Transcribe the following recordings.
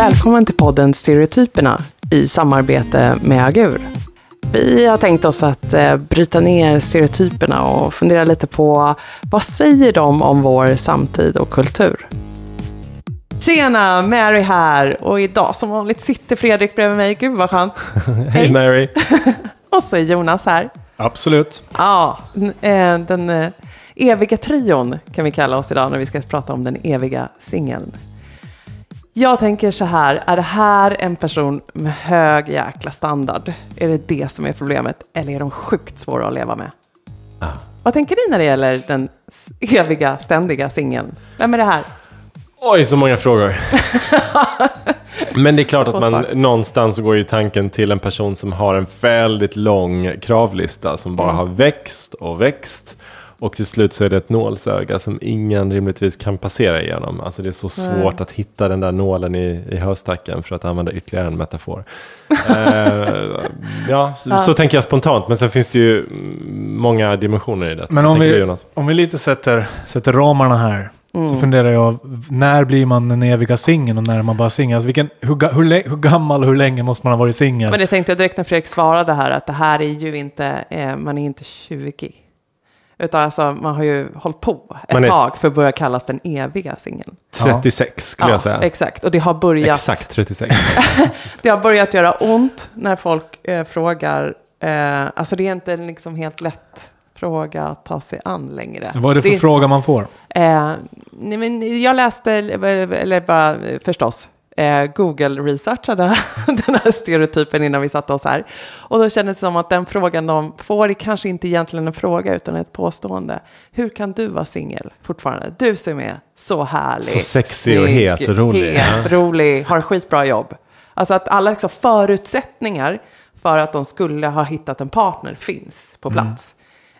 Välkommen till podden Stereotyperna i samarbete med Agur. Vi har tänkt oss att bryta ner stereotyperna och fundera lite på vad säger de om vår samtid och kultur. Tjena, Mary här, och idag som vanligt sitter Fredrik bredvid mig. Gud vad skönt. Hej Mary. Och så är Jonas här. Absolut. Ja, den eviga trion kan vi kalla oss idag när vi ska prata om den eviga singeln. Jag tänker så här, är det här en person med hög jäkla standard? Är det det som är problemet? Eller är de sjukt svåra att leva med? Vad tänker ni när det gäller den eviga, ständiga singeln? Vem är det här? Oj, så många frågor. Men det är klart att man någonstans går ju tanken till en person som har en väldigt lång kravlista som bara har växt och växt. Och till slut så är det ett nålsöga som ingen rimligtvis kan passera igenom. Alltså det är så svårt att hitta den där nålen i höstacken, för att använda ytterligare en metafor. Så tänker jag spontant. Men sen finns det ju många dimensioner i det. Men om vi lite sätter ramarna här. Så funderar jag, när blir man den eviga singeln och när är man bara singel? Alltså hur gammal och hur länge måste man ha varit singel? Men det tänkte jag direkt när Fredrik svarade här, att det här är ju inte, man är inte 20. Utan alltså, man har ju hållit på ett tag för att börja kallas den eviga singeln. 36 skulle jag säga. Exakt, och det har börjat... Exakt 36. Det har börjat göra ont när folk frågar... alltså det är inte liksom helt lätt fråga att ta sig an längre. Vad är det för fråga man får? Nej, men jag läste, eller bara förstås... Google researchade den här stereotypen innan vi satte oss här. Och då kändes det som att den frågan de får är kanske inte egentligen en fråga utan ett påstående. Hur kan du vara singel fortfarande? Du som är så härlig. Så sexig och het och rolig. Rolig, har skitbra jobb. Alltså att alla liksom förutsättningar för att de skulle ha hittat en partner finns på plats.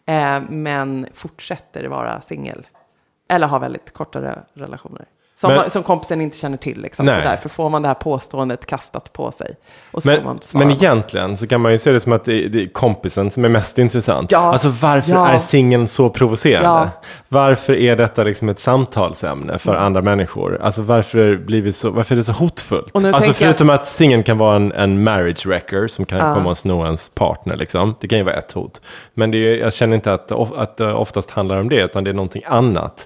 Men fortsätter vara singel. Eller har väldigt kortare relationer. Som kompisen inte känner till. Liksom. Så därför får man det här påståendet kastat på sig. Och så men egentligen så kan man ju se det som att det är kompisen som är mest intressant. Ja, alltså varför är singeln så provocerande? Ja. Varför är detta liksom ett samtalsämne för andra människor? Alltså varför är det så hotfullt? Alltså förutom att singeln kan vara en marriage wrecker som kan komma och sno ens partner. Liksom. Det kan ju vara ett hot. Men jag känner inte att det oftast handlar om det, utan det är någonting annat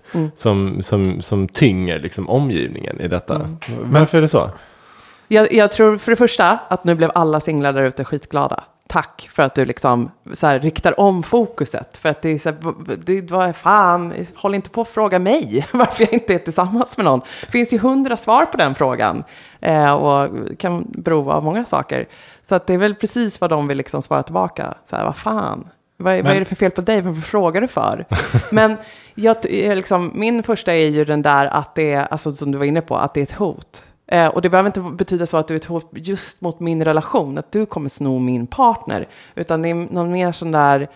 som tynger liksom omgivningen i detta. Varför är det så? Jag tror för det första att nu blev alla singlar där ute skitglada. Tack för att du liksom så här riktar om fokuset. För att det är så här, det var fan, håll inte på att fråga mig varför jag inte är tillsammans med någon. Det finns ju 100 svar på den frågan. Och kan bero av många saker. Så att det är väl precis vad de vill liksom svara tillbaka. Så här, vad fan? Vad är det för fel på dig? Vad frågar du för? Men min första är ju den där att det är, alltså, som du var inne på, att det är ett hot. Och det behöver inte betyda så att du är ett hot just mot min relation, att du kommer sno min partner. Utan det är någon mer sån där,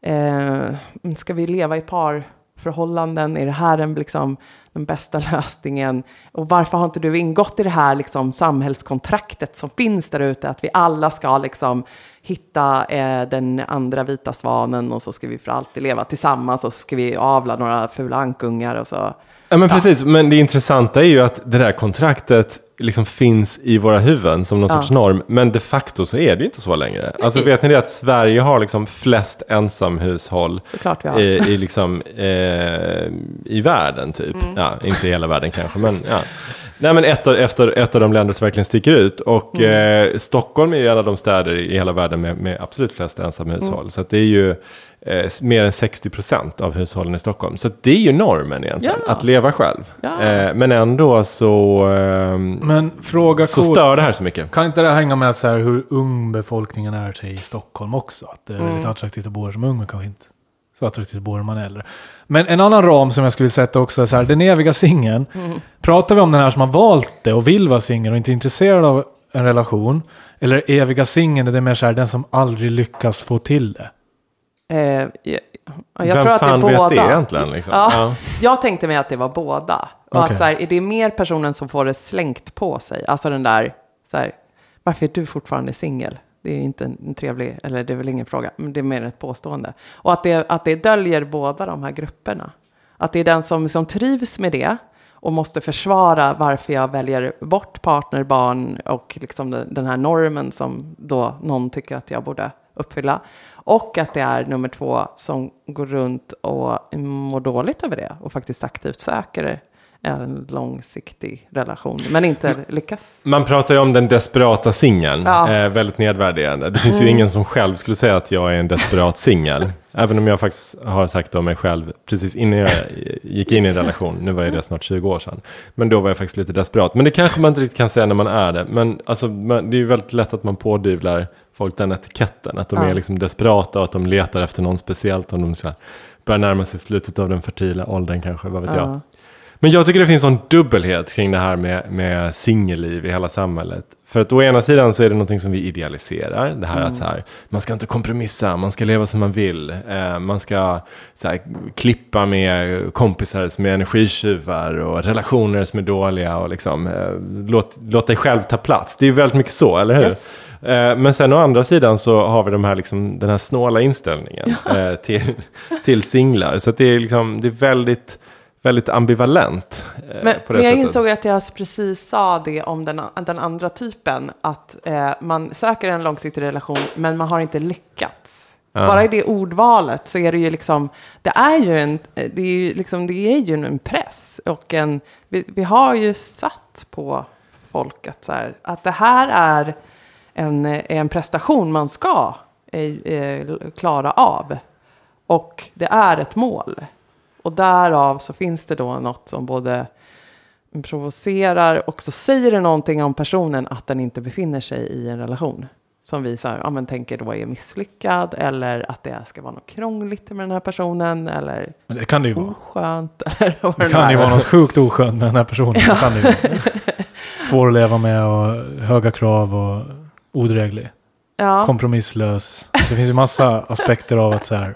ska vi leva i parförhållanden? Är det här den bästa lösningen? Och varför har inte du ingått i det här liksom, samhällskontraktet som finns där ute? Att vi alla ska liksom hitta den andra vita svanen och så ska vi för alltid leva tillsammans och så ska vi avla några fula ankungar och så. Ja, men precis. Men det intressanta är ju att det där kontraktet liksom finns i våra huvuden som någon sorts norm. Men de facto så är det ju inte så längre. Alltså vet ni det att Sverige har liksom flest ensamhushåll i världen typ. Ja, inte i hela världen kanske, men ja. Nej, men ett av de länder som verkligen sticker ut. Och Stockholm är ju en av de städer i hela världen med absolut flest ensamhushåll. Så att det är ju mer än 60% av hushållen i Stockholm. Så det är ju normen egentligen, att leva själv. Ja. Men ändå så stör det här så mycket. Kan inte det hänga med så här, hur ung befolkningen är i Stockholm också? Att det är väldigt attraktivt att bo här som ung, men kanske inte så attraktivt att bo här man är äldre. Men en annan ram som jag skulle sätta också är så här, den eviga singeln. Pratar vi om den här som har valt det och vill vara singel och inte är intresserad av en relation? Eller eviga singeln är det mer så här, den som aldrig lyckas få till det? Jag tror att det är båda. Vet det egentligen? Liksom? Ja. Jag tänkte mig att det var båda. Och att så här, är det mer personen som får det slängt på sig? Alltså den där, så här, varför är du fortfarande singel? Det är inte en trevlig, eller det är väl ingen fråga, men det är mer ett påstående. Och att det döljer båda de här grupperna. Att det är den som trivs med det och måste försvara varför jag väljer bort partner, barn och liksom den här normen som då någon tycker att jag borde uppfylla. Och att det är nummer 2 som går runt och mår dåligt över det och faktiskt aktivt söker en långsiktig relation, men inte lyckas. Man pratar ju om den desperata singeln, väldigt nedvärderande. Det finns ju ingen som själv skulle säga att jag är en desperat singel. Även om jag faktiskt har sagt om mig själv precis innan jag gick in i en relation. Nu var det snart 20 år sedan. Men då var jag faktiskt lite desperat. Men det kanske man inte riktigt kan säga när man är det. Men alltså, det är ju väldigt lätt att man pådyvlar folk den etiketten. Att de är liksom desperata och att de letar efter någon speciellt. Om de så här börjar närma sig slutet av den fertila åldern kanske, vad vet jag. Men jag tycker det finns en dubbelhet kring det här med singelliv i hela samhället. För att å ena sidan så är det någonting som vi idealiserar. Det här att så här, man ska inte kompromissa, man ska leva som man vill. Man ska så här, klippa med kompisar som är energitjuvar och relationer som är dåliga. Och liksom, låt dig själv ta plats. Det är ju väldigt mycket så, eller hur? Yes. Men sen å andra sidan så har vi den här snåla inställningen till singlar. Så att det är, liksom, det är väldigt ambivalent. Men jag insåg att jag precis sa det om den andra typen. Att man söker en långsiktig relation men man har inte lyckats. Bara i det ordvalet så är det ju liksom, det är ju en press. Och vi har ju satt på folket så här, att det här är en prestation man ska klara av. Och det är ett mål. Och därav så finns det då något som både provocerar och så säger det någonting om personen att den inte befinner sig i en relation. Som vi så här, tänker då är misslyckad eller att det ska vara något krångligt med den här personen eller men det kan det ju oskönt. Eller vad det kan ju vara något sjukt oskönt med den här personen. Ja. Det kan det ju. Svår att leva med och höga krav och odräglig. Ja. Kompromisslös. Så det finns ju massa aspekter av att så här,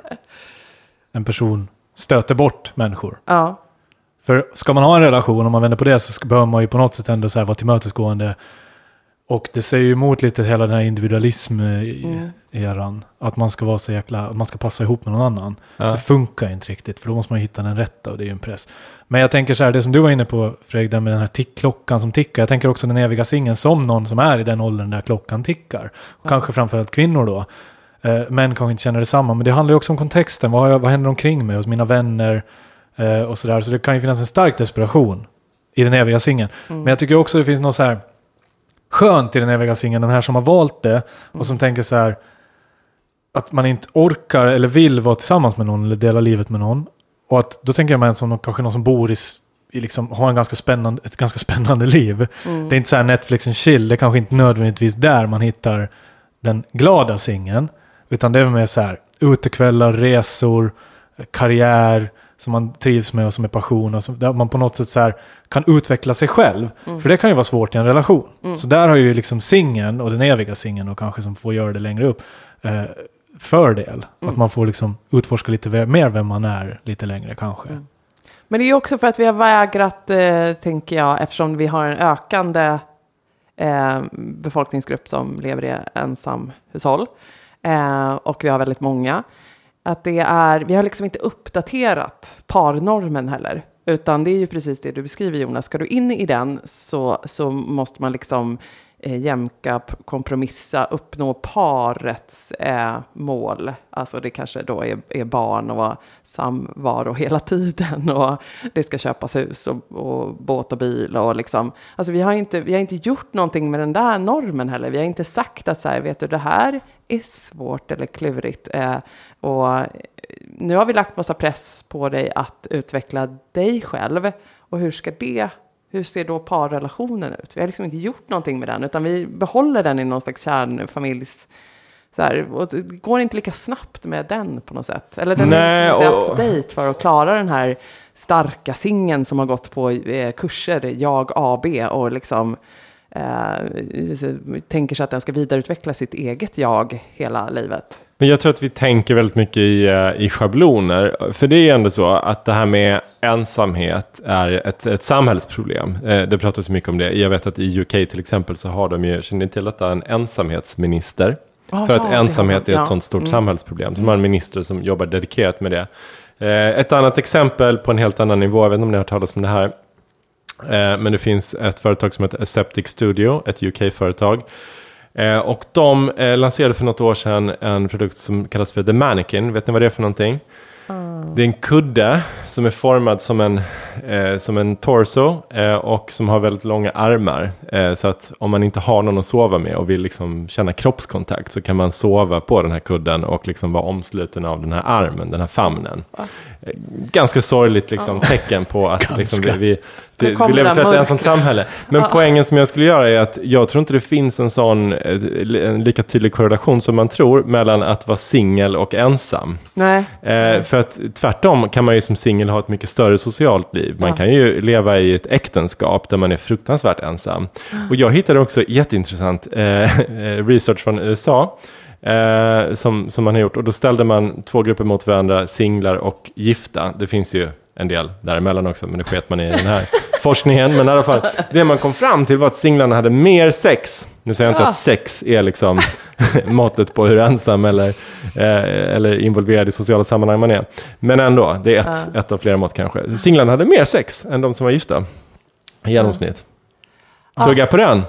en person stöter bort människor. Ja. För ska man ha en relation, om man vänder på det, så behöver man ju på något sätt ändå så här vara tillmötesgående. Och det säger ju emot lite hela den här individualism-eran. Att man ska vara så jäkla, man ska passa ihop med någon annan. Ja. Det funkar inte riktigt, för då måste man hitta den rätta och det är ju en press. Men jag tänker så här, det som du var inne på, Fredrik, med den här tickklockan som tickar. Jag tänker också den eviga singeln som någon som är i den åldern där klockan tickar. Och kanske framförallt kvinnor då. Män kanske inte känner detsamma, men det handlar ju också om kontexten. Vad händer omkring mig hos mina vänner och sådär. Så det kan ju finnas en stark desperation i den eviga singeln. Men jag tycker också det finns något så här skönt i den eviga singeln, den här som har valt det och som tänker så här att man inte orkar eller vill vara tillsammans med någon eller dela livet med någon. Och att då tänker man som kanske någon som bor i liksom, har ett ganska spännande liv. Det är inte så här Netflix and chill, det är kanske inte nödvändigtvis där man hittar den glada singeln. Utan det är med så här utekvällar, resor, karriär som man trivs med och som är passion. Och där man på något sätt så här kan utveckla sig själv. För det kan ju vara svårt i en relation. Så där har ju liksom singeln och den eviga singeln och kanske som får göra det längre upp fördel. Att man får liksom utforska lite mer vem man är lite längre kanske. Men det är ju också för att vi har vägrat, tänker jag, eftersom vi har en ökande befolkningsgrupp som lever i ensamhushåll. Och vi har väldigt många. Att vi har liksom inte uppdaterat parnormen heller. Utan det är ju precis det du beskriver, Jonas. Ska du in i den så måste man liksom jämka, kompromissa, uppnå parets mål. Alltså det kanske då är barn och samvaro hela tiden. Och det ska köpas hus och båt och bil. Och liksom. Alltså vi har inte gjort någonting med den där normen heller. Vi har inte sagt att så här, vet du, det här är svårt eller klurigt. Och nu har vi lagt massa press på dig att utveckla dig själv. Och hur ser då parrelationen ut? Vi har liksom inte gjort någonting med den, utan vi behåller den i någon slags kärnfamiljs. Så här, och det går inte lika snabbt med den på något sätt. Eller den är inte up to date för att klara den här starka singeln som har gått på kurser, jag AB, och liksom tänker sig att den ska vidareutveckla sitt eget jag hela livet. Men jag tror att vi tänker väldigt mycket i schabloner. För det är ändå så att det här med ensamhet är ett samhällsproblem. Det pratas mycket om det. Jag vet att i UK till exempel så har de ju, känner ni till att det är en ensamhetsminister? För att ensamhet är ett sånt stort samhällsproblem. Så man har en minister som jobbar dedikerat med det. Ett annat exempel på en helt annan nivå, jag vet inte om ni har hört talas om det här. Men det finns ett företag som heter Aseptic Studio, ett UK-företag. Och de lanserade för något år sedan en produkt som kallas för The Mannequin. Vet ni vad det är för någonting? Det är en kudde som är formad som en torso och som har väldigt långa armar. Så att om man inte har någon att sova med och vill liksom känna kroppskontakt så kan man sova på den här kudden och liksom vara omsluten av den här armen, den här famnen. Ganska sorgligt liksom, tecken på att liksom, vi lever i ett ensamt samhälle. Men poängen som jag skulle göra är att jag tror inte det finns en lika tydlig korrelation som man tror mellan att vara singel och ensam. Nej. För att tvärtom kan man ju som singel ha ett mycket större socialt liv. Man kan ju leva i ett äktenskap där man är fruktansvärt ensam. Och jag hittade också jätteintressant research från USA som man har gjort. Och då ställde man 2 grupper mot varandra, singlar och gifta. Det finns ju en del däremellan också, men det sket man i den här forskningen. Men i alla fall, det man kom fram till var att singlarna hade mer sex. Nu säger jag inte att sex är liksom måttet på hur ensam eller involverad i sociala sammanhang man är. Men ändå, det är ett av flera mått kanske. Singlarna hade mer sex än de som var gifta i genomsnitt. Tugga på den.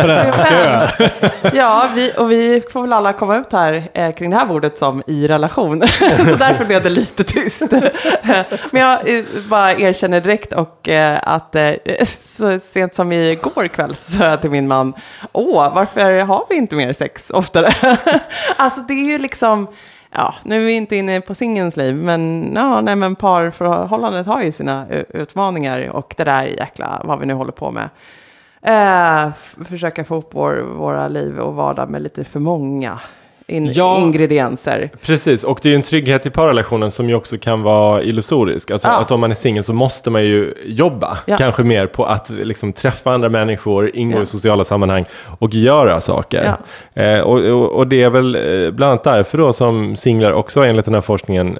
Ja, vi får väl alla komma ut här kring det här bordet som i relation. Så därför blev det lite tyst. Men jag bara erkänner direkt och att så sent som igår kväll så sa jag till min man, varför har vi inte mer sex oftare? Alltså det är ju liksom... Ja, nu är vi inte inne på singelns liv, men parförhållandet har ju sina utmaningar och det där jäkla vad vi nu håller på med. Försöka få upp våra liv och vardag med lite för många ingredienser. Precis, och det är ju en trygghet i parrelationen som ju också kan vara illusorisk. Alltså att om man är singel så måste man ju jobba kanske mer på att liksom träffa andra människor, ingå i sociala sammanhang och göra saker. Och det är väl bland annat därför då som singlar också enligt den här forskningen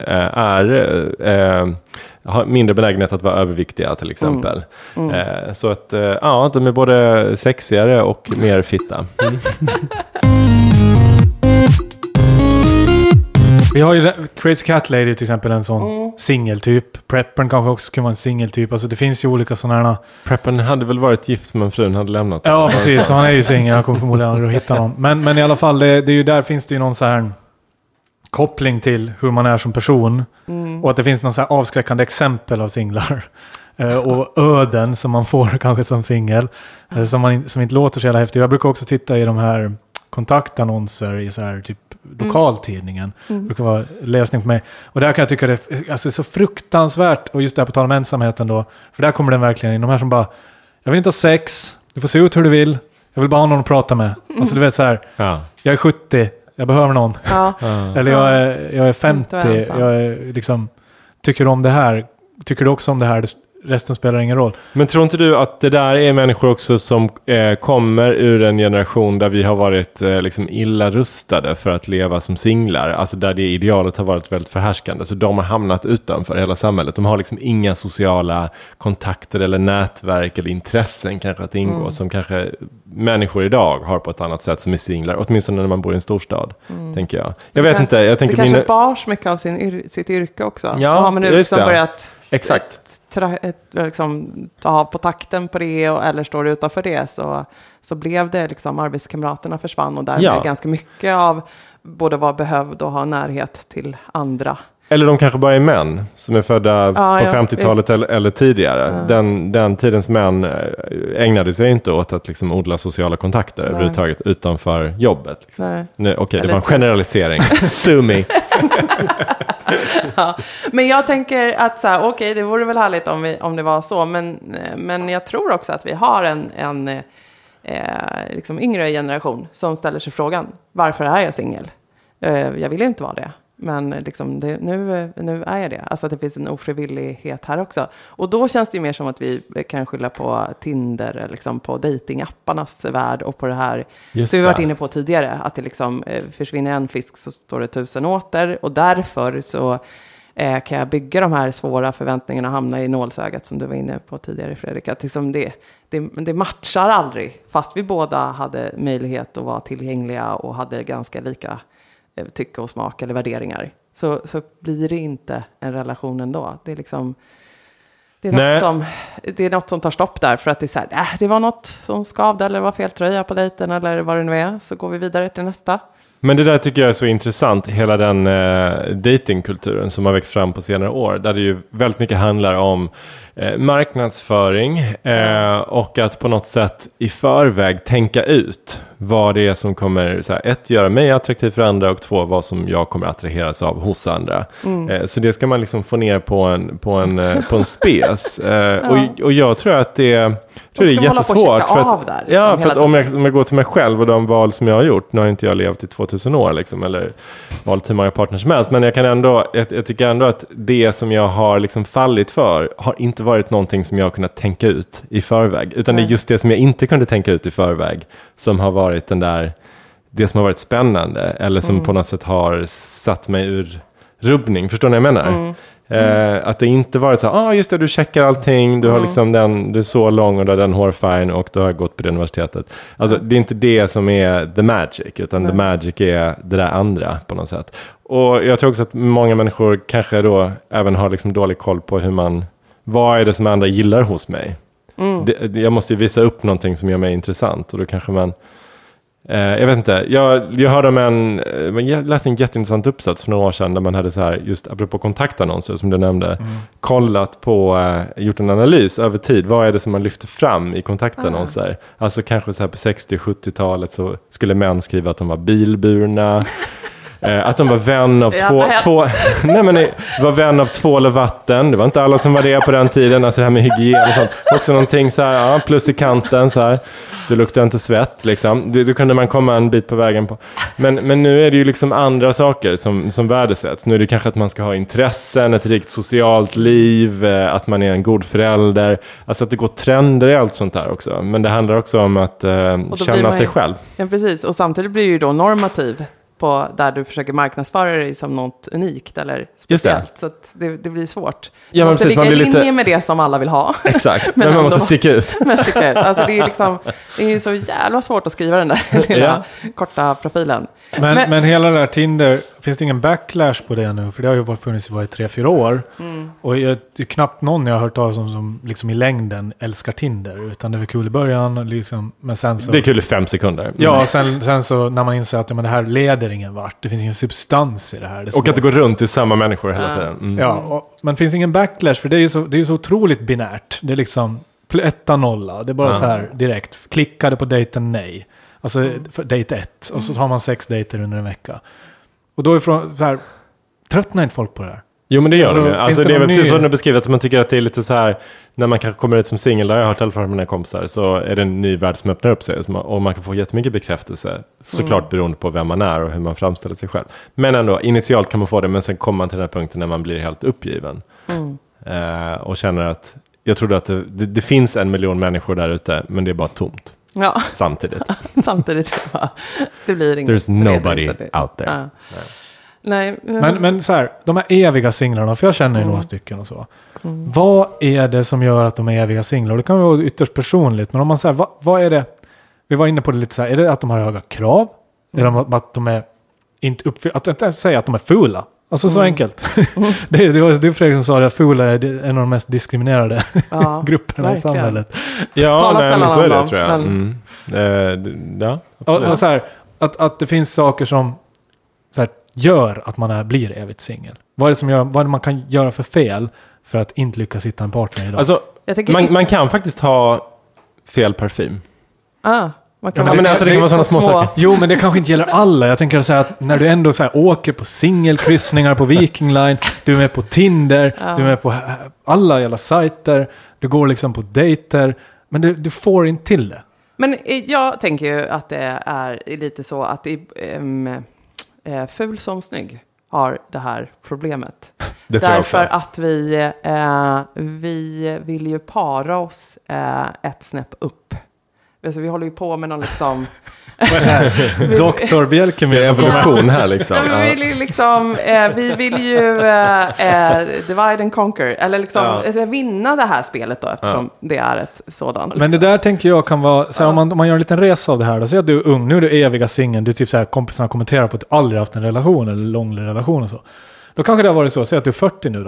har mindre benägenhet att vara överviktiga till exempel. Så att de är både sexigare och mer fitta. Vi har ju Crazy Cat Lady till exempel, en sån singeltyp. Preppern kanske också kan vara en singeltyp. Alltså det finns ju olika sådana här... Preppern hade väl varit gift men frun hade lämnat. Ja, precis. Så han är ju singel. Han kommer förmodligen aldrig att hitta någon. Men i alla fall, det är ju där finns det ju någon så här koppling till hur man är som person. Och att det finns någon så här avskräckande exempel av singlar. Och öden som man får kanske som singel. Som inte låter så jävla häftigt. Jag brukar också titta i de här kontaktannonser i så här typ lokaltidningen. Det brukar vara läsning för mig. Och där kan jag tycka det är så fruktansvärt. Och just det här på tal om ensamheten då. För där kommer den verkligen in. De här som bara, jag vill inte ha sex. Du får se ut hur du vill. Jag vill bara ha någon att prata med. Alltså du vet så här. Jag är 70. Jag behöver någon. Eller jag är 50. Jag är liksom, tycker om det här. Tycker du också om det här? Resten spelar ingen roll. Men tror inte du att det där är människor också som kommer ur en generation där vi har varit liksom illa rustade för att leva som singlar? Alltså där det idealet har varit väldigt förhärskande. Så de har hamnat utanför hela samhället. De har liksom inga sociala kontakter eller nätverk eller intressen kanske att ingå som kanske människor idag har på ett annat sätt som är singlar. Åtminstone när man bor i en storstad, tänker jag. Jag vet inte. Jag tänker det kanske bars mycket av sitt yrke också. Ja, och har man nu liksom börjat... Exakt. Liksom, ta på takten på det eller står det utanför det så blev det liksom arbetskamraterna försvann och därmed ganska mycket av både vara behövd och ha närhet till andra. Eller de kanske bara är män som är födda på 50-talet eller tidigare. Den tidens män ägnade sig inte åt att liksom odla sociala kontakter överhuvudtaget utanför jobbet. Liksom. Okej, det var en generalisering. Sue me. Men jag tänker att så här, det vore väl härligt om det var så. Men jag tror också att vi har en liksom yngre generation som ställer sig frågan, varför är jag singel? Jag vill ju inte vara det. Men liksom nu är jag det. Alltså att det finns en ofrivillighet här också. Och då känns det ju mer som att vi kan skylla på Tinder, liksom på datingapparnas värld och på det här. Just så vi har varit inne på tidigare. Att det liksom försvinner en fisk så står det 1000 åter. Och därför så kan jag bygga de här svåra förväntningarna och hamna i nålsögat som du var inne på tidigare, Fredrik. Att liksom det matchar aldrig. Fast vi båda hade möjlighet att vara tillgängliga och hade ganska lika tycke och smak eller värderingar, så blir det inte en relation ändå. Det är liksom Det är något som tar stopp där för att det är så här, det var något som skavde eller var fel tröja på dejten eller vad det nu är, så går vi vidare till nästa. Men det där tycker jag är så intressant, hela den datingkulturen som har växt fram på senare år, där det ju väldigt mycket handlar om marknadsföring och att på något sätt i förväg tänka ut vad det är som kommer, så här, ett, göra mig attraktiv för andra och två, vad som jag kommer attraheras av hos andra. Så det ska man liksom få ner på en spes. Och jag tror att det är jättesvårt. För att om jag går till mig själv och de val som jag har gjort, nu har inte jag levt i 2000 år liksom, eller valt hur många partners som helst, men jag tycker ändå att det som jag har liksom fallit för har inte varit någonting som jag har kunnat tänka ut i förväg, utan det är just det som jag inte kunde tänka ut i förväg som har varit det som har varit spännande eller som på något sätt har satt mig ur rubbning. Förstår ni vad jag menar? Att det inte varit så just det, du checkar allting, du har liksom du är så lång och du har den hårfärgen och du har gått på det universitetet. Alltså det är inte det som är the magic, utan the magic är det där andra på något sätt. Och jag tror också att många människor kanske då även har liksom dålig koll på vad är det som andra gillar hos mig. Jag måste ju visa upp någonting som gör mig intressant, och då kanske man jag vet inte, jag hörde om jag läste en jätteintressant uppsats för några år sedan där man hade så här, just apropå kontaktannonser som du nämnde, kollat på, gjort en analys över tid, vad är det som man lyfter fram i kontaktannonser. Alltså kanske så här på 60-70-talet så skulle män skriva att de var bilburna, att de var vän av var vän av tvål och vatten. Det var inte alla som var det på den tiden. Alltså det här med hygien och sånt. Också någonting så här, plus i kanten så här. Du luktar inte svett liksom. Då kunde man komma en bit på vägen på. Men nu är det ju liksom andra saker som värdesätts. Nu är det kanske att man ska ha intressen, ett rikt socialt liv, att man är en god förälder. Alltså att det går trender i allt sånt där också. Men det handlar också om att känna sig själv. Ja, precis. Och samtidigt blir det ju då normativ på där du försöker marknadsföra dig som något unikt eller speciellt. Så att det blir svårt. Ja, man måste ligga i linje med det som alla vill ha. Exakt, men man måste sticka ut. Alltså det är ju så jävla svårt att skriva den där lilla korta profilen. Men hela det här Tinder, finns det ingen backlash på det nu? För det har ju funnits i 3-4 år. Och det är knappt någon jag har hört talas om som liksom i längden älskar Tinder. Utan det var kul i början. Liksom, men sen så, det är kul i 5 sekunder. Ja, sen så när man inser att det här leder ingen vart. Det finns ingen substans i det här. Och att det går runt i samma människor hela tiden. Ja, men finns det ingen backlash? För det är ju så otroligt binärt. Det är liksom 1-0. Det är bara så här direkt. Klickade på dejten nej. Alltså dejt 1. Och så tar man 6 dejter under en vecka. Och då är så här, tröttnar inte folk på det här? Jo, men det gör de ju. Alltså det är väl precis som du beskriver, att man tycker att det är lite så här, när man kanske kommer ut som singel, där jag har hört i alla fall från mina kompisar, så är det en ny värld som öppnar upp sig. Och man kan få jättemycket bekräftelse, såklart beroende på vem man är och hur man framställer sig själv. Men ändå, initialt kan man få det, men sen kommer man till den här punkten när man blir helt uppgiven. Och känner att, jag trodde att det finns 1 miljon människor där ute, men det är bara tomt. Ja. Samtidigt. Det blir inget. There's nobody out there. Ja. Nej. Men så här, de här eviga singlarna, för jag känner ju några stycken och så. Vad är det som gör att de är eviga singlar? Det kan vara ytterst personligt, men om man säger, vad är det? Vi var inne på det lite så här, är det att de har höga krav? Är det att de är inte att inte säga att de är fula? Alltså så enkelt. Det var Fredrik som sa att fula är en av de mest diskriminerade grupperna i samhället. Ja, men så är det, tror jag. Ja, absolut. Och så här, att det finns saker som så här, gör att man blir evigt singel. Vad är det man kan göra för fel för att inte lyckas hitta en partner idag? Alltså, man kan faktiskt ha fel parfym. Man kan men alltså det kan vara sådana små saker. Jo, men det kanske inte gäller alla. Jag tänker så här att när du ändå så här åker på singelkryssningar på Viking Line, du är med på Tinder, du är med på alla jävla sajter, du går liksom på dejter, men du får inte till det. Men jag tänker ju att det är lite så att det är ful som snygg har det här problemet. Det därför att vi vill ju para oss ett snäpp upp. Alltså, vi håller ju på med någon liksom... Doktor Bjelke med evolution här liksom. Vi vill ju divide and conquer. Eller liksom vinna det här spelet då, eftersom det är ett sådant. Liksom. Men det där tänker jag kan vara... Så här, om man gör en liten resa av det här. Då säger att du är ung, nu är du eviga singeln. Du typ så här, kompisarna kommenterar på att du aldrig haft en relation eller lång relation och så. Då kanske det har varit så. Säg att du är 40 nu då.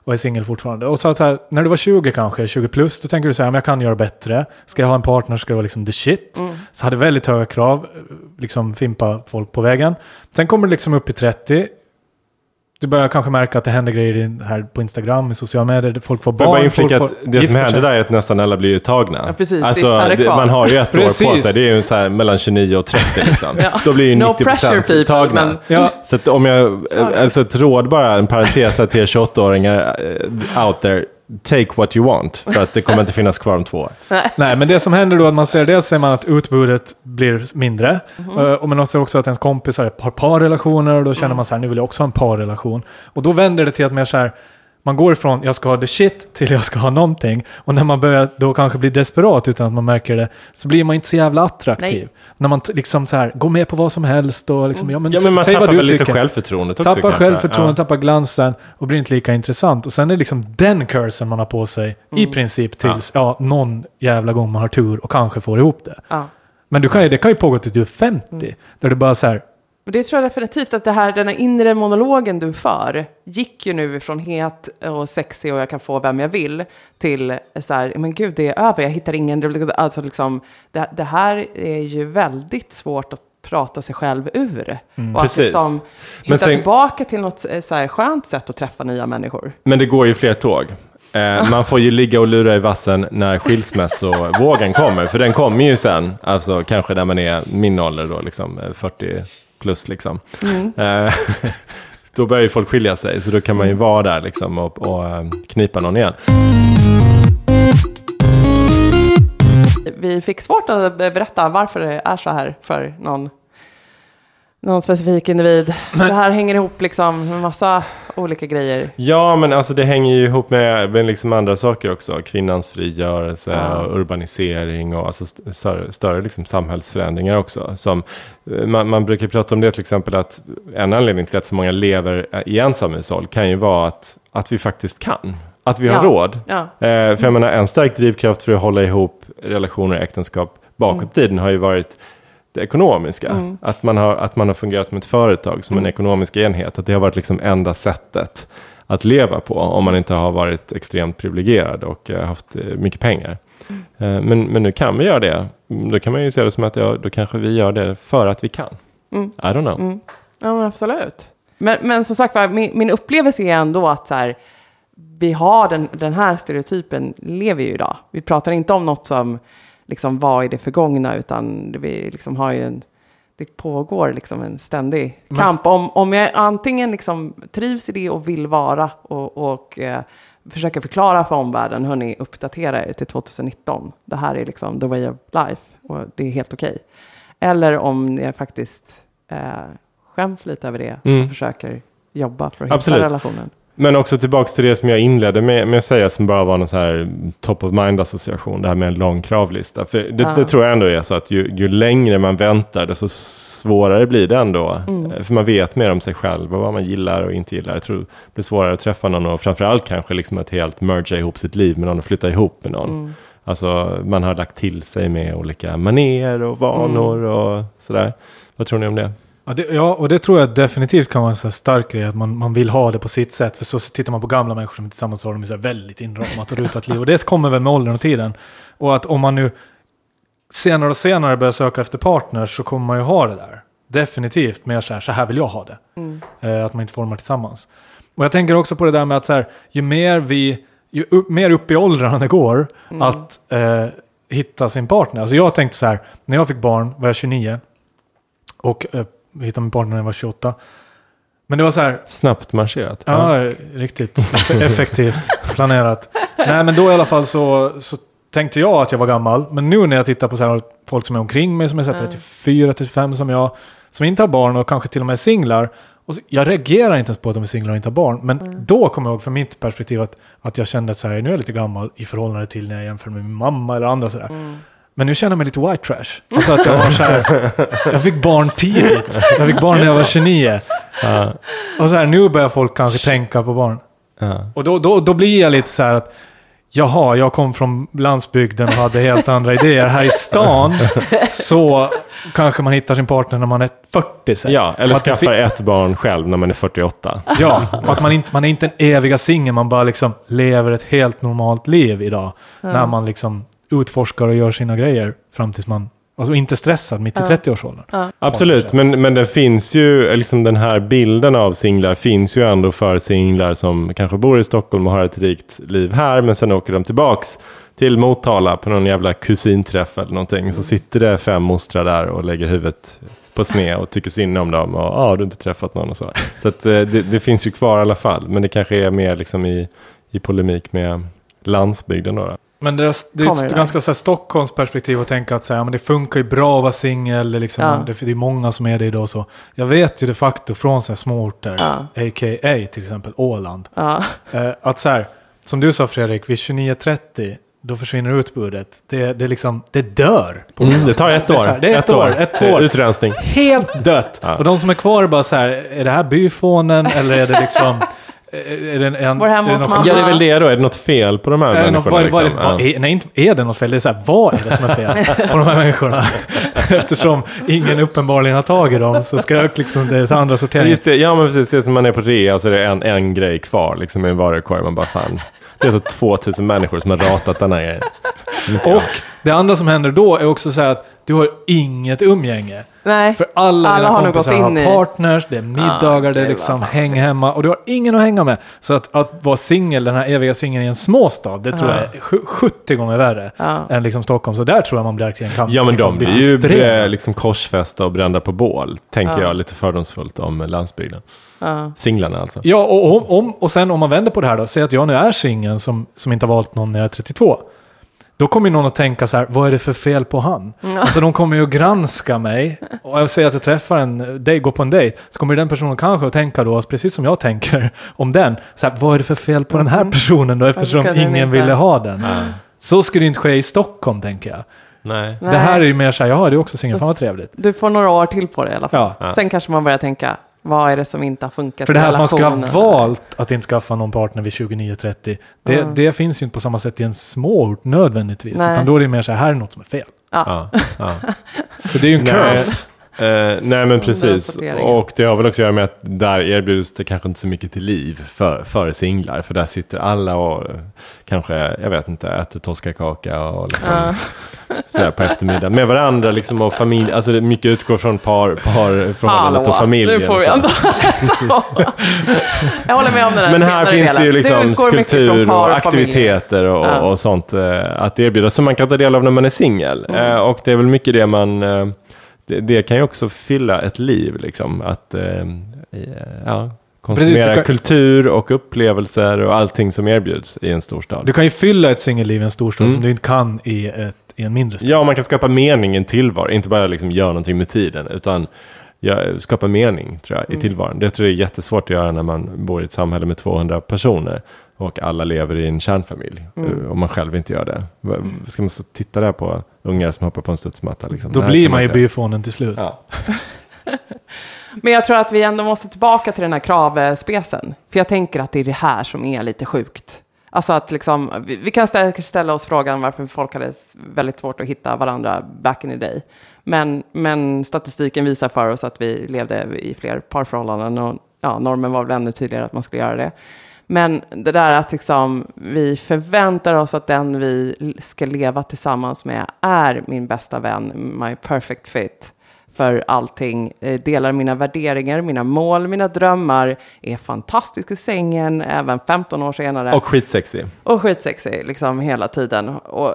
och är singel fortfarande. Och så här, när du var 20 kanske, 20 plus, då tänker du så här, men jag kan göra bättre. Ska jag ha en partner ska det vara liksom the shit. Så hade väldigt höga krav, liksom fimpa folk på vägen. Sen kommer du liksom upp i 30. Du börjar kanske märka att det händer grejer här på Instagram, i sociala medier, folk får barn. Det som händer där är att nästan alla blir uttagna. Ja, precis, alltså, man har ju ett år på sig, det är ju så här mellan 29 och 30 liksom. Då blir ju 90% uttagna. Men... Så att om jag, alltså ett råd bara, en parentes till 28-åringar out there, take what you want, för att det kommer inte finnas kvar om 2 år. Nej, men det som händer då, att man ser dels ser man att utbudet blir mindre, och man ser också att ens kompisar har parrelationer, och då känner man så här, nu vill jag också ha en parrelation. Och då vänder det till att mer så här, man går ifrån jag ska ha the shit till jag ska ha någonting. Och när man börjar då kanske bli desperat utan att man märker det, så blir man inte så jävla attraktiv. Nej. När man liksom så här går med på vad som helst och liksom, men man tappar väl lite självförtroendet också. Tappar självförtroendet, tappar glansen och blir inte lika intressant. Och sen är det liksom den cursen man har på sig i princip tills någon jävla gång man har tur och kanske får ihop det. Men det kan ju pågå tills du är 50. Där du bara så här. Det tror jag definitivt att den här inre monologen du för gick ju nu från het och sexig och jag kan få vem jag vill till så här, men gud det är över, jag hittar ingen, alltså liksom, det här är ju väldigt svårt att prata sig själv ur. Och att liksom hitta tillbaka till något så här skönt sätt att träffa nya människor. Men det går ju fler tåg. Man får ju ligga och lura i vassen när skilsmässovågen kommer, för den kommer ju sen, alltså kanske där man är min ålder då, liksom 40 plus liksom. Då börjar ju folk skilja sig, så då kan man ju vara där liksom och knipa någon igen. Vi fick svårt att berätta varför det är så här för någon specifik individ. Det här hänger ihop liksom med massa olika grejer. Ja, men alltså det hänger ju ihop med liksom andra saker också. Kvinnans frigörelse och urbanisering och alltså större liksom samhällsförändringar också. Som, man brukar prata om det till exempel, att en anledning till att så många lever i ensamhushåll kan ju vara att vi faktiskt kan. Att vi har råd. Ja. För jag menar, en stark drivkraft för att hålla ihop relationer och äktenskap bakåt i tiden har ju varit det ekonomiska. Att man har fungerat som ett företag, som en ekonomisk enhet. Att det har varit liksom enda sättet att leva på om man inte har varit extremt privilegierad och haft mycket pengar. Men nu kan vi göra det. Då kan man ju se det som att då kanske vi gör det för att vi kan. I don't know. Ja, men absolut. Men som sagt, min upplevelse är ändå att så här, vi har den här stereotypen lever ju idag. Vi pratar inte om något som liksom var i det förgångna, utan vi liksom har ju det pågår liksom en ständig kamp. Om jag antingen liksom trivs i det och vill vara och försöker förklara för omvärlden, hörni, uppdatera er till 2019. Det här är liksom the way of life och det är helt okej. Eller om jag faktiskt skäms lite över det och försöker jobba för att hitta relationen. Men också tillbaka till det som jag inledde med att säga, som bara var någon så här top of mind association, det här med en lång kravlista. För det tror jag ändå är så att ju längre man väntar, desto svårare blir det ändå. För man vet mer om sig själv och vad man gillar och inte gillar. Jag tror det blir svårare att träffa någon, och framförallt kanske liksom att helt mergea ihop sitt liv med någon och flytta ihop med någon. Alltså man har lagt till sig med olika manér och vanor och sådär. Vad tror ni om det? Ja, och det tror jag definitivt kan vara en så stark grej, att man vill ha det på sitt sätt. För så tittar man på gamla människor som tillsammans har de så väldigt inramat och rutat liv. Och det kommer väl med åldern och tiden. Och att om man nu senare och senare börjar söka efter partners, så kommer man ju ha det där. Definitivt mer så här vill jag ha det. Att man inte formar tillsammans. Och jag tänker också på det där med att så här, ju mer upp i åldrarna det går att hitta sin partner. Alltså jag tänkte så här, när jag fick barn var jag 29 och hittade min partner när jag var 28. Men det var så här... Snabbt marscherat. Ja, riktigt effektivt planerat. Nej, men då i alla fall så tänkte jag att jag var gammal. Men nu när jag tittar på så här, folk som är omkring mig, som är 34-35 som jag, som inte har barn och kanske till och med är singlar. Och jag reagerar inte ens på att de är singlar och inte har barn. Men då kommer jag ihåg från mitt perspektiv att jag kände att så här, nu är jag lite gammal i förhållande till när jag jämför med min mamma eller andra sådär. Men nu känner jag mig lite white trash. Alltså att jag var så här, jag fick barn tidigt. Jag fick barn när jag var 29. Och så här, nu börjar folk kanske tänka på barn. Och då blir jag lite så här att jaha, jag kom från landsbygden och hade helt andra idéer. Här i stan så kanske man hittar sin partner när man är 40. Sen. Ja, eller skaffar ett barn själv när man är 48. Ja, att man är inte en eviga singel, man bara liksom lever ett helt normalt liv idag. När man liksom utforskar och gör sina grejer fram tills man, alltså inte stressad mitt i 30-årsåldern. Absolut, men det finns ju liksom den här bilden av singlar finns ju ändå för singlar som kanske bor i Stockholm och har ett rikt liv här, men sen åker de tillbaks till Motala på någon jävla kusinträff eller någonting. Så sitter det 5 mostrar där och lägger huvudet på sned och tycker synd om dem och du har inte träffat någon och så. Så att, det finns ju kvar i alla fall, men det kanske är mer liksom i polemik med landsbygden då. Men det är ett ganska så här Stockholms perspektiv att tänka att så här, men det funkar ju bra att vara singel. Liksom, det är många som är det idag. Så. Jag vet ju de facto från så här småorter, a.k.a. till exempel Åland. Att så här, som du sa Fredrik, vid 29:30 då försvinner utbudet. Det liksom, det dör. Det tar ett år. Det är ett år. Utrensning. Helt dött. Ja. Och de som är kvar är bara så här, är det här byfånen eller är det liksom... Är det är väl det då. Är det något fel på de här människorna? Nej, inte är det något fel. Det är så här, vad är det som är fel på de här människorna? Eftersom ingen uppenbarligen har tagit dem så ska liksom, det är så andra sorteringar. Just det, ja men precis. Det som man är på rea så är det en grej kvar liksom i en varukorg. Man bara fan. Det är så 2000 människor som har ratat den här grejen. Och det andra som händer då är också så här att du har inget umgänge. Nej, för alla dina kompisar har partners, det är middagar, det är liksom häng hemma och du har ingen att hänga med. Så att vara singel, den här eviga singeln i en småstad, det tror jag är 70 gånger värre än liksom Stockholm. Så där tror jag man verkligen kan. Ja, men de blir ju liksom korsfästa och brända på bål, tänker jag lite fördomsfullt om landsbygden. Singlarna alltså. Ja, och sen om man vänder på det här då, säg att jag nu är singeln som inte har valt någon när jag är 32. Då kommer någon att tänka så här, vad är det för fel på han? Alltså de kommer ju att granska mig. Och jag säger att jag träffar går på en dejt. Så kommer den personen kanske att tänka då, precis som jag tänker om den. Så här, vad är det för fel på den här personen då? Eftersom ingen ville ha den. Så skulle det inte ske i Stockholm, tänker jag. Nej. Det här är ju mer så här, det är också singel, fan vad trevligt. Du får några år till på det i alla fall. Ja. Sen kanske man börjar tänka, vad är det som inte har funkat? För det här att man ska ha valt att inte skaffa någon partner vid 29-30, det finns ju inte på samma sätt i en småort nödvändigtvis. Nej. Utan då är det mer så här är något som är fel. Så det är ju en curse. Nej men precis, och det har väl också att göra med att där erbjuds det kanske inte så mycket till liv för singlar, för där sitter alla och kanske, jag vet inte, äter toskakaka och liksom sådär på eftermiddagen med varandra liksom, och familj, alltså det mycket utgår från förhållandet och familjen. Nu får vi ändå jag håller med om det där. Men här finns det ju liksom kultur och aktiviteter och sånt att erbjuda som man kan ta del av när man är singel. Och det är väl mycket det man det kan ju också fylla ett liv liksom, att konsumera kultur och upplevelser och allting som erbjuds i en storstad. Du kan ju fylla ett singelliv i en storstad som du inte kan i en mindre stad. Ja, man kan skapa mening i en tillvaro, inte bara liksom göra någonting med tiden, utan skapa mening tror jag i tillvaron. Det tror jag är jättesvårt att göra när man bor i ett samhälle med 200 personer och alla lever i en kärnfamilj om man själv inte gör det. Ska man så titta där på ungar som hoppar på en studsmatta liksom? Då blir man ju byfånen till slut. Ja. Men jag tror att vi ändå måste tillbaka till den här kravspecen. För jag tänker att det är det här som är lite sjukt. Alltså att liksom, vi kan ställa oss frågan varför folk hade väldigt svårt att hitta varandra back in the day. Men statistiken visar för oss att vi levde i fler parförhållanden och normen var väl ännu tydligare att man skulle göra det. Men det där att liksom, vi förväntar oss att den vi ska leva tillsammans med är min bästa vän, my perfect fit för allting, delar mina värderingar, mina mål, mina drömmar, är fantastisk i sängen även 15 år senare. Och skitsexig. Liksom hela tiden. Och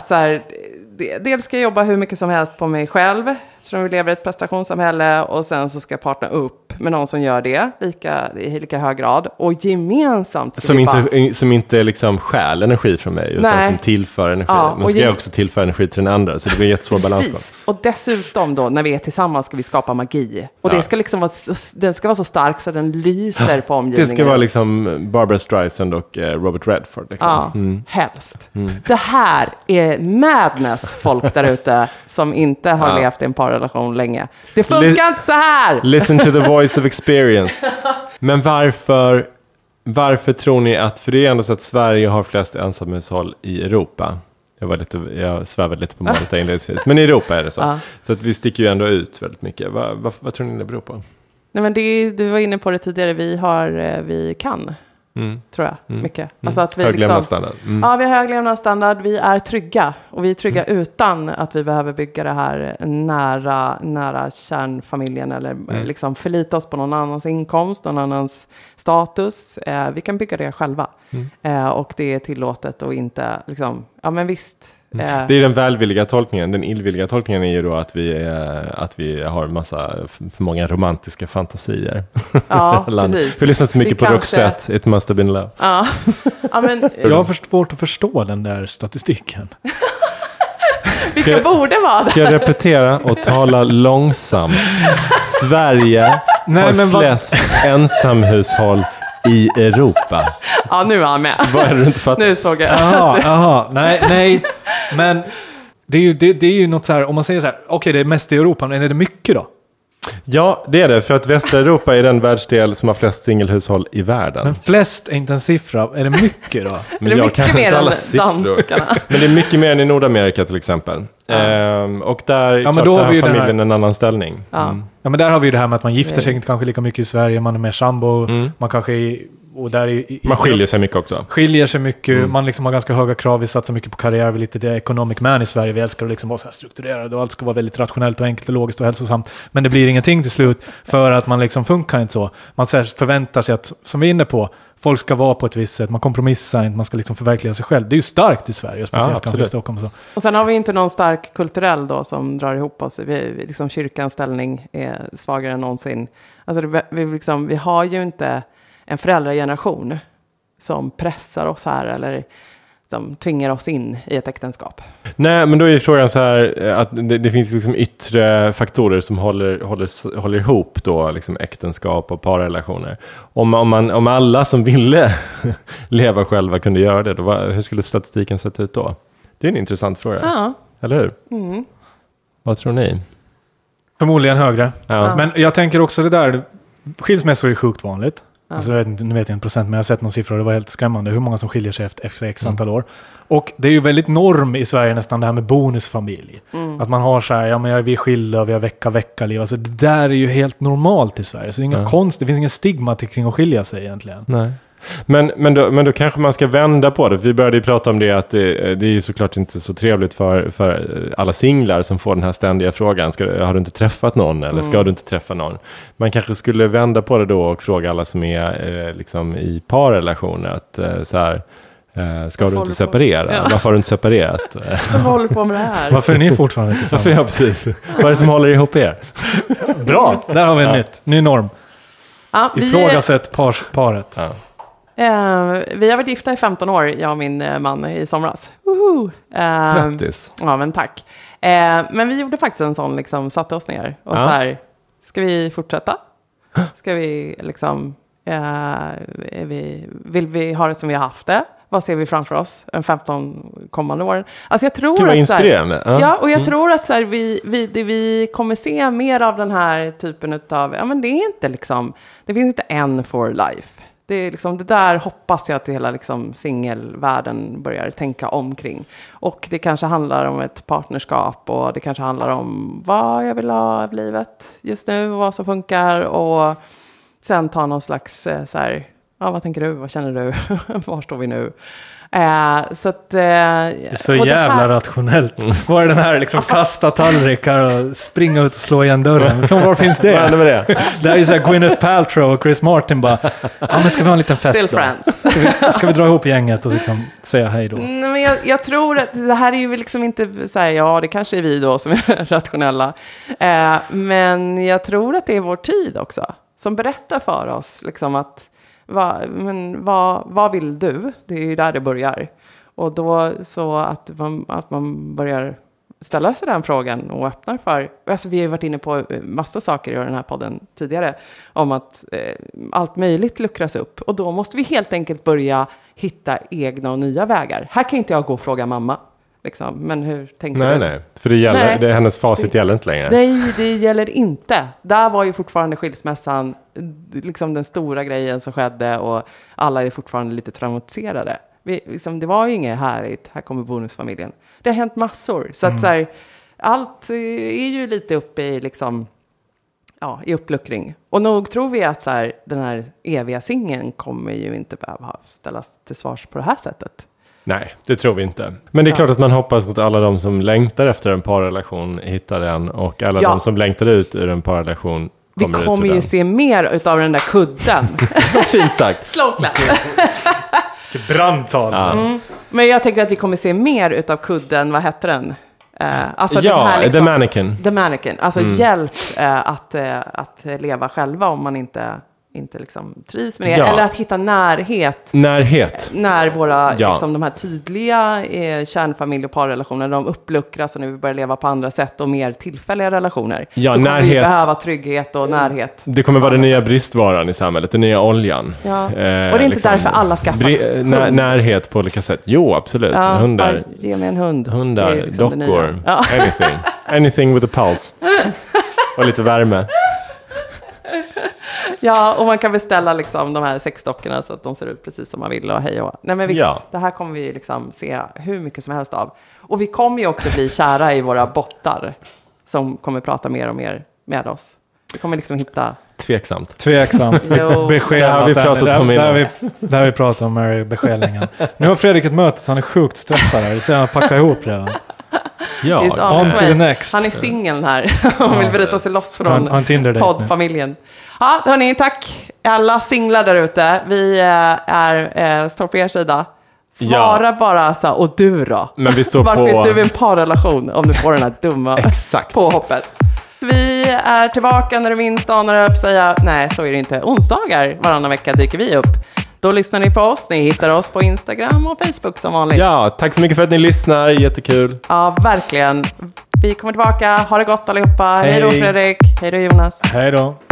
dels ska jag jobba hur mycket som helst på mig själv, eftersom vi lever i ett prestationssamhälle, och sen så ska jag partna upp med någon som gör det i lika hög grad, och gemensamt som inte liksom stjäl energi från mig, utan som tillför energi. Men ska jag också tillföra energi till den andra, så det blir en jättesvår balansgång. Och dessutom då, när vi är tillsammans ska vi skapa magi. Och det ska liksom den ska vara så stark så den lyser på omgivningen. Det ska vara liksom Barbra Streisand och Robert Redford. Liksom. Helst. Det här är madness, folk där ute som inte har levt i en parrelation länge. Det funkar inte så här! Listen to the voice of experience. Men Varför tror ni att, för det är ändå så att Sverige har flest ensamhushåll i Europa. Jag svävade lite på målet inledningsvis. Men i Europa är det så. Så att vi sticker ju ändå ut väldigt mycket. Vad tror ni det beror på? Nej, men du var inne på det tidigare. Vi kan, tror jag, mycket. Alltså att vi hög levnadsstandard. Ja, vi har hög levnadsstandard. Vi är trygga. Och vi är trygga utan att vi behöver bygga det här nära kärnfamiljen. Eller liksom förlita oss på någon annans inkomst, någon annans status. Vi kan bygga det själva. Och det är tillåtet och inte liksom, ja men visst. Det är den välvilliga tolkningen. Den illvilliga tolkningen är ju då att vi har för många romantiska fantasier. Ja, precis. Vi lyssnar så mycket på Roxette, It Must Have Been Love. Ja. Ja, men, jag har svårt att förstå den där statistiken. Vilka borde vara det? Ska jag repetera och tala långsamt? Sverige har flest ensamhushåll i Europa. Ja, nu är han med. Vad är det du inte fattar? Nu såg jag. Jaha, nej. Men det är ju något så här, om man säger så här, okej, det är mest i Europa, men är det mycket då? Ja, det är det. För att västra Europa är den världsdel som har flest singelhushåll i världen. Men flest är inte en siffra. Är det mycket då? Men jag kan inte alla siffror. Men det är mycket mer än i Nordamerika till exempel. Och där, men då har vi familjen en annan ställning. Ja, men där har vi ju det här med att man gifter sig inte kanske lika mycket i Sverige. Man är mer sambo. Man kanske man skiljer sig mycket också. Man liksom har ganska höga krav. Vi satsar mycket på karriär. Vi är lite economic man i Sverige. Vi älskar att liksom vara så här strukturerade och allt ska vara väldigt rationellt och enkelt och logiskt och hälsosamt. Men det blir ingenting till slut för att man liksom funkar inte så. Man förväntar sig att, som vi är inne på, folk ska vara på ett visst sätt. Man kompromissar inte, man ska liksom förverkliga sig själv. Det är ju starkt i Sverige, speciellt kanske i Stockholm. Och sen har vi inte någon stark kulturell då som drar ihop oss. Liksom kyrkans ställning är svagare än någonsin. Alltså vi har ju inte en föräldrageneration som pressar oss här eller som tvingar oss in i ett äktenskap. Nej, men då är frågan så här att det finns liksom yttre faktorer som håller ihop då liksom äktenskap och parrelationer. Om alla som ville leva själva kunde göra det, då hur skulle statistiken sett ut då? Det är en intressant fråga. Ja. Eller hur? Vad tror ni? Förmodligen högre. Ja. Men jag tänker också det där, skilsmässor är sjukt vanligt. Alltså, nu vet jag inte procent, men jag har sett någon siffra och det var helt skrämmande hur många som skiljer sig efter x antal år. Och det är ju väldigt norm i Sverige nästan det här med bonusfamilj. Att man har så här, men vi är skilda och vi har vecka-liv. Alltså det där är ju helt normalt i Sverige. Så det är inga konst, det finns ingen stigma kring att skilja sig egentligen. Nej. Men då kanske man ska vända på det. Vi började ju prata om det att det är ju såklart inte så trevligt för alla singlar som får den här ständiga frågan. Har du inte träffat någon eller ska du inte träffa någon? Man kanske skulle vända på det då och fråga alla som är liksom i parrelationer att så här, ska du inte separera? Ja. Varför har du inte separerat? Vad håller på med det här? Varför är ni fortfarande tillsammans? Ja, precis. Vad är det som håller ihop er? Bra, där har vi en ny norm. Ja, ifrågasätt paret. Ja. Vi har varit gifta i 15 år, jag och min man i somras. Grattis. Ja, men tack. Men vi gjorde faktiskt en sån, liksom, satte oss ner och så här, ska vi fortsätta? Ska vi liksom, vill vi ha det som vi har haft det? Vad ser vi framför oss en 15 kommande åren? Alltså jag tror att inspirerande. Så här, ja, och jag tror att så här, vi kommer se mer av den här typen av, ja men det är inte liksom, det finns inte en for life. Det är liksom, det där hoppas jag att hela liksom singelvärlden börjar tänka omkring. Och det kanske handlar om ett partnerskap och det kanske handlar om vad jag vill ha av livet just nu och vad som funkar. Och sen ta någon slags så här, ja, vad tänker du? Vad känner du? Var står vi nu? Så att, det är så jävla rationellt. Var är den här liksom kasta tallrikar och springa ut och slå igen dörren? Var finns det? Vad det? Det är ju så här Gwyneth Paltrow och Chris Martin bara, men ska vi ha en liten fest Still då? Friends. Ska vi dra ihop gänget och liksom säga hej då? Men jag tror att det här är ju liksom inte så här, ja det kanske är vi då som är rationella. Men jag tror att det är vår tid också som berättar för oss liksom att vad vill du? Det är ju där det börjar. Och då så att man börjar ställa sig den frågan och öppnar för, alltså vi har ju varit inne på massa saker i den här podden tidigare om att allt möjligt luckras upp. Och då måste vi helt enkelt börja hitta egna och nya vägar. Här kan inte jag gå och fråga mamma. Liksom. Men hur tänkte du? Nej. För det hennes facit gäller inte längre. Nej, det gäller inte. Där var ju fortfarande skilsmässan liksom den stora grejen som skedde och alla är fortfarande lite traumatiserade. Det var ju inget härligt. Här kommer bonusfamiljen. Det har hänt massor. Så att så här, allt är ju lite uppe i liksom, ja, i uppluckring. Och nog tror vi att så här, den här eviga singeln kommer ju inte behöva ställas till svars på det här sättet. Nej, det tror vi inte. Men det är klart att man hoppas att alla de som längtar efter en parrelation hittar den. Och alla de som längtar ut ur en parrelation kommer. Vi kommer ju se mer av den där kudden. Fint sagt. Slowclap. Brandtal. Men jag tänker att vi kommer se mer av kudden. Vad heter den? Alltså den här, liksom, The Mannequin. Alltså hjälp att leva själva om man inte liksom trivs med det. Eller att hitta närhet. När våra liksom, de här tydliga kärnfamilj- och parrelationer, de uppluckras och nu vi börjar leva på andra sätt och mer tillfälliga relationer. Ja, så kommer vi behöva trygghet och närhet. Det kommer vara den nya bristvaran i samhället, den nya oljan. Ja. Och det är inte liksom, därför alla skaffar. Närhet på olika sätt. Jo, absolut. Hundar. Ge mig en hund. Hundar, liksom dockor. Anything with a pulse. Och lite värme. Ja, och man kan beställa liksom de här sexdockorna så att de ser ut precis som man vill och hej och. Nej men visst, det här kommer vi liksom se hur mycket som helst av. Och vi kommer ju också bli kära i våra bottar som kommer prata mer och mer med oss. Vi kommer liksom hitta... Tveksamt. Beskelat. Där har vi pratat om Mary besjälningen. Nu har Fredrik ett möte så han är sjukt stressad här. Det ser han packa ihop redan. Ja, on to the next. Han är singeln här och vill bryta sig loss från poddfamiljen. Ja, hörni, tack alla singlar där ute. Vi står på er sida. Svara bara så, och du då? Men vi står varför är du en parrelation om du får den här dumma påhoppet? Vi är tillbaka när du minst anar upp säga. Nej, så är det inte. Onsdagar varannan vecka dyker vi upp. Då lyssnar ni på oss. Ni hittar oss på Instagram och Facebook som vanligt. Ja, tack så mycket för att ni lyssnar. Jättekul. Ja, verkligen. Vi kommer tillbaka. Ha det gott allihopa. Hej då Fredrik. Hej då Jonas. Hej då.